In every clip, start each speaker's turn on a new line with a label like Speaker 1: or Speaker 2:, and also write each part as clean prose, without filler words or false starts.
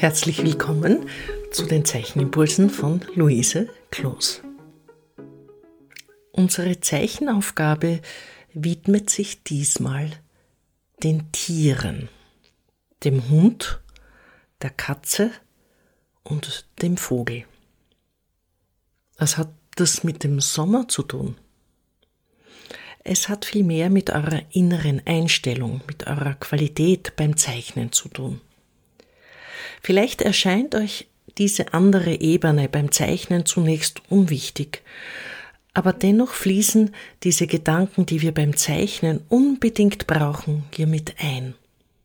Speaker 1: Herzlich willkommen zu den Zeichenimpulsen von Luise Kloos. Unsere Zeichenaufgabe widmet sich diesmal den Tieren, dem Hund, der Katze und dem Vogel. Was hat das mit dem Sommer zu tun? Es hat viel mehr mit eurer inneren Einstellung, mit eurer Qualität beim Zeichnen zu tun. Vielleicht erscheint euch diese andere Ebene beim Zeichnen zunächst unwichtig, aber dennoch fließen diese Gedanken, die wir beim Zeichnen unbedingt brauchen, hier mit ein.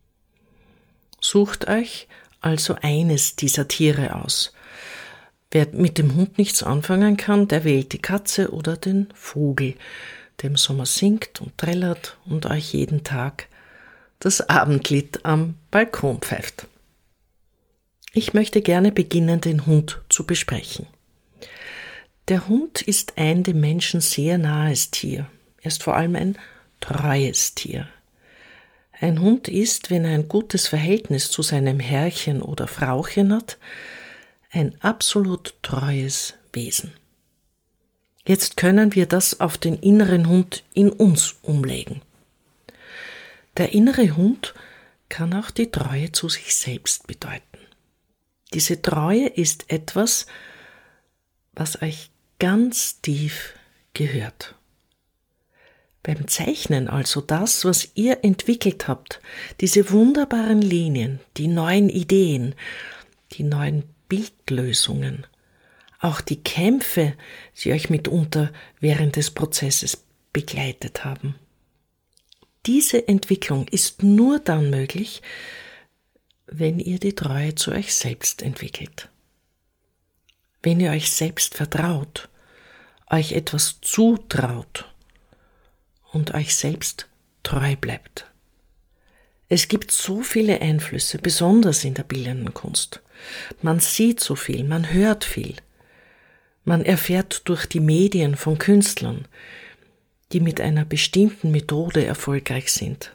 Speaker 1: Sucht euch also eines dieser Tiere aus. Wer mit dem Hund nichts anfangen kann, der wählt die Katze oder den Vogel, der im Sommer singt und trällert und euch jeden Tag das Abendlied am Balkon pfeift. Ich möchte gerne beginnen, den Hund zu besprechen. Der Hund ist ein dem Menschen sehr nahes Tier. Er ist vor allem ein treues Tier. Ein Hund ist, wenn er ein gutes Verhältnis zu seinem Herrchen oder Frauchen hat, ein absolut treues Wesen. Jetzt können wir das auf den inneren Hund in uns umlegen. Der innere Hund kann auch die Treue zu sich selbst bedeuten. Diese Treue ist etwas, was euch ganz tief gehört. Beim Zeichnen also das, was ihr entwickelt habt, diese wunderbaren Linien, die neuen Ideen, die neuen Bildlösungen, auch die Kämpfe, die euch mitunter während des Prozesses begleitet haben. Diese Entwicklung ist nur dann möglich, wenn ihr die Treue zu euch selbst entwickelt. Wenn ihr euch selbst vertraut, euch etwas zutraut und euch selbst treu bleibt. Es gibt so viele Einflüsse, besonders in der bildenden Kunst. Man sieht so viel, man hört viel. Man erfährt durch die Medien von Künstlern, die mit einer bestimmten Methode erfolgreich sind.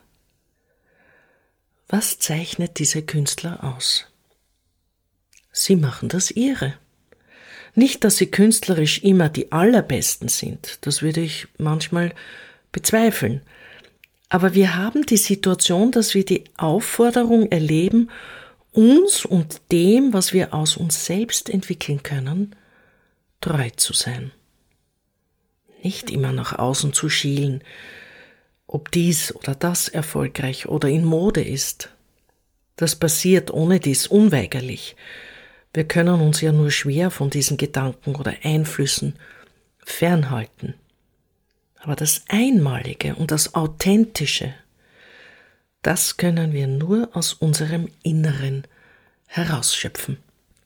Speaker 1: Was zeichnet diese Künstler aus? Sie machen das ihre. Nicht, dass sie künstlerisch immer die Allerbesten sind, das würde ich manchmal bezweifeln. Aber wir haben die Situation, dass wir die Aufforderung erleben, uns und dem, was wir aus uns selbst entwickeln können, treu zu sein. Nicht immer nach außen zu schielen, ob dies oder das erfolgreich oder in Mode ist. Das passiert ohne dies unweigerlich. Wir können uns ja nur schwer von diesen Gedanken oder Einflüssen fernhalten. Aber das Einmalige und das Authentische, das können wir nur aus unserem Inneren herausschöpfen.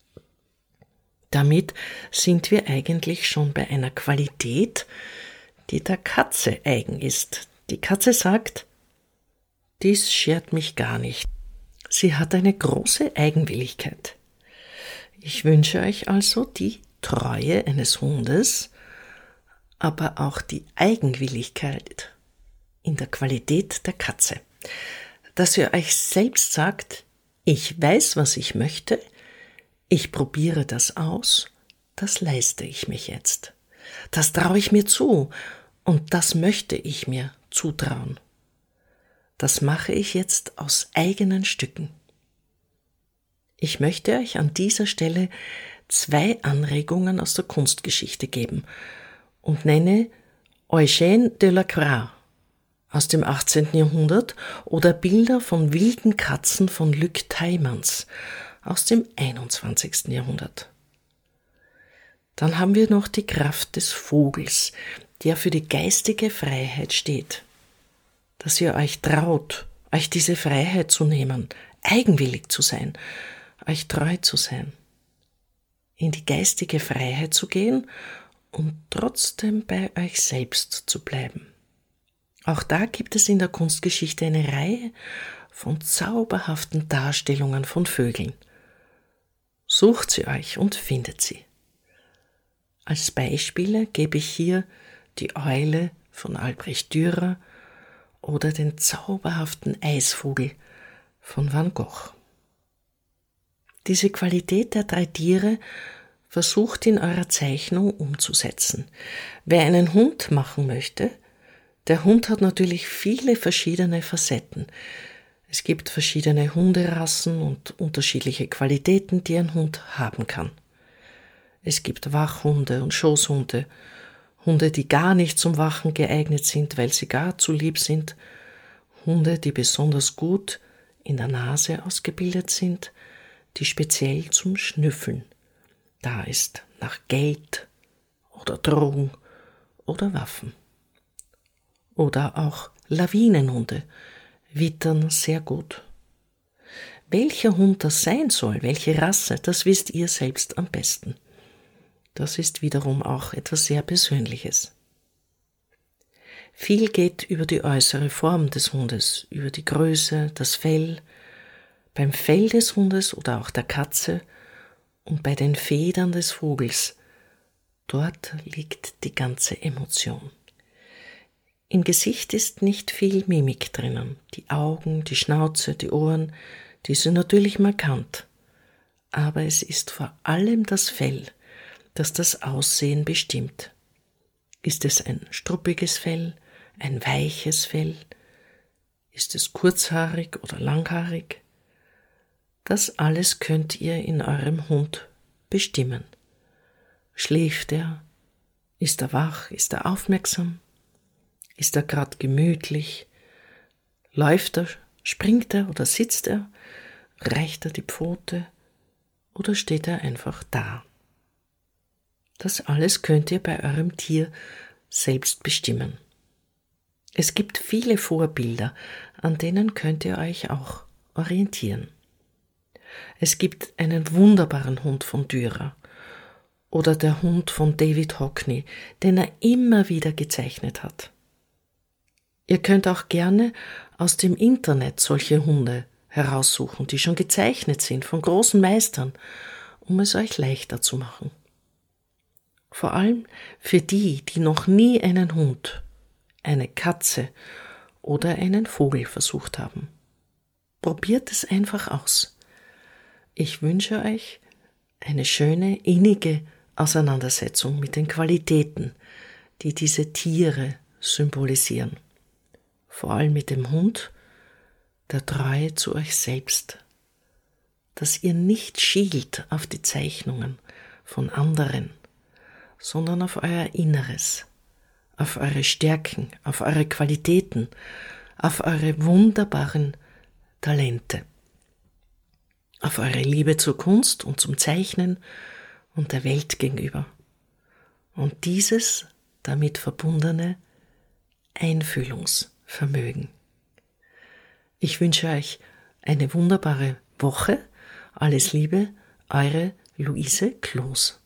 Speaker 1: Damit sind wir eigentlich schon bei einer Qualität, die der Katze eigen ist. Die Katze sagt, dies schert mich gar nicht. Sie hat eine große Eigenwilligkeit. Ich wünsche euch also die Treue eines Hundes, aber auch die Eigenwilligkeit in der Qualität der Katze. Dass ihr euch selbst sagt, ich weiß, was ich möchte, ich probiere das aus, das leiste ich mich jetzt. Das traue ich mir zu und das möchte ich mir zutrauen. Das mache ich jetzt aus eigenen Stücken. Ich möchte euch an dieser Stelle 2 Anregungen aus der Kunstgeschichte geben und nenne Eugène Delacroix aus dem 18. Jahrhundert oder Bilder von wilden Katzen von Luc Tuymans aus dem 21. Jahrhundert. Dann haben wir noch die Kraft des Vogels, der für die geistige Freiheit steht. Dass ihr euch traut, euch diese Freiheit zu nehmen, eigenwillig zu sein, euch treu zu sein, in die geistige Freiheit zu gehen und trotzdem bei euch selbst zu bleiben. Auch da gibt es in der Kunstgeschichte eine Reihe von zauberhaften Darstellungen von Vögeln. Sucht sie euch und findet sie. Als Beispiele gebe ich hier die Eule von Albrecht Dürer oder den zauberhaften Eisvogel von Van Gogh. Diese Qualität der 3 Tiere versucht in eurer Zeichnung umzusetzen. Wer einen Hund machen möchte, der Hund hat natürlich viele verschiedene Facetten. Es gibt verschiedene Hunderassen und unterschiedliche Qualitäten, die ein Hund haben kann. Es gibt Wachhunde und Schoßhunde, Hunde, die gar nicht zum Wachen geeignet sind, weil sie gar zu lieb sind, Hunde, die besonders gut in der Nase ausgebildet sind, die speziell zum Schnüffeln da ist, nach Geld oder Drogen oder Waffen. Oder auch Lawinenhunde wittern sehr gut. Welcher Hund das sein soll, welche Rasse, das wisst ihr selbst am besten. Das ist wiederum auch etwas sehr Persönliches. Viel geht über die äußere Form des Hundes, über die Größe, das Fell. Beim Fell des Hundes oder auch der Katze und bei den Federn des Vogels, dort liegt die ganze Emotion. Im Gesicht ist nicht viel Mimik drinnen. Die Augen, die Schnauze, die Ohren, die sind natürlich markant. Aber es ist vor allem das Fell, das das Aussehen bestimmt. Ist es ein struppiges Fell, ein weiches Fell? Ist es kurzhaarig oder langhaarig? Das alles könnt ihr in eurem Hund bestimmen. Schläft er? Ist er wach? Ist er aufmerksam? Ist er gerade gemütlich? Läuft er? Springt er oder sitzt er? Reicht er die Pfote? Oder steht er einfach da? Das alles könnt ihr bei eurem Tier selbst bestimmen. Es gibt viele Vorbilder, an denen könnt ihr euch auch orientieren. Es gibt einen wunderbaren Hund von Dürer oder der Hund von David Hockney, den er immer wieder gezeichnet hat. Ihr könnt auch gerne aus dem Internet solche Hunde heraussuchen, die schon gezeichnet sind von großen Meistern, um es euch leichter zu machen. Vor allem für die, die noch nie einen Hund, eine Katze oder einen Vogel versucht haben. Probiert es einfach aus. Ich wünsche euch eine schöne, innige Auseinandersetzung mit den Qualitäten, die diese Tiere symbolisieren. Vor allem mit dem Hund, der Treue zu euch selbst. Dass ihr nicht schielt auf die Zeichnungen von anderen, sondern auf euer Inneres, auf eure Stärken, auf eure Qualitäten, auf eure wunderbaren Talente, auf eure Liebe zur Kunst und zum Zeichnen und der Welt gegenüber. Und dieses damit verbundene Einfühlungsvermögen. Ich wünsche euch eine wunderbare Woche. Alles Liebe, eure Luise Kloos.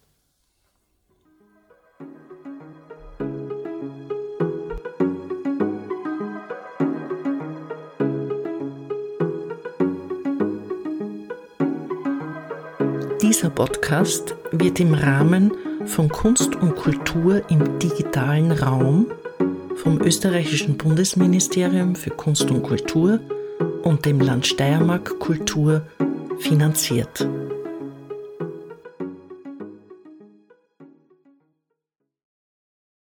Speaker 1: Dieser Podcast wird im Rahmen von Kunst und Kultur im digitalen Raum vom Österreichischen Bundesministerium für Kunst und Kultur und dem Land Steiermark Kultur finanziert.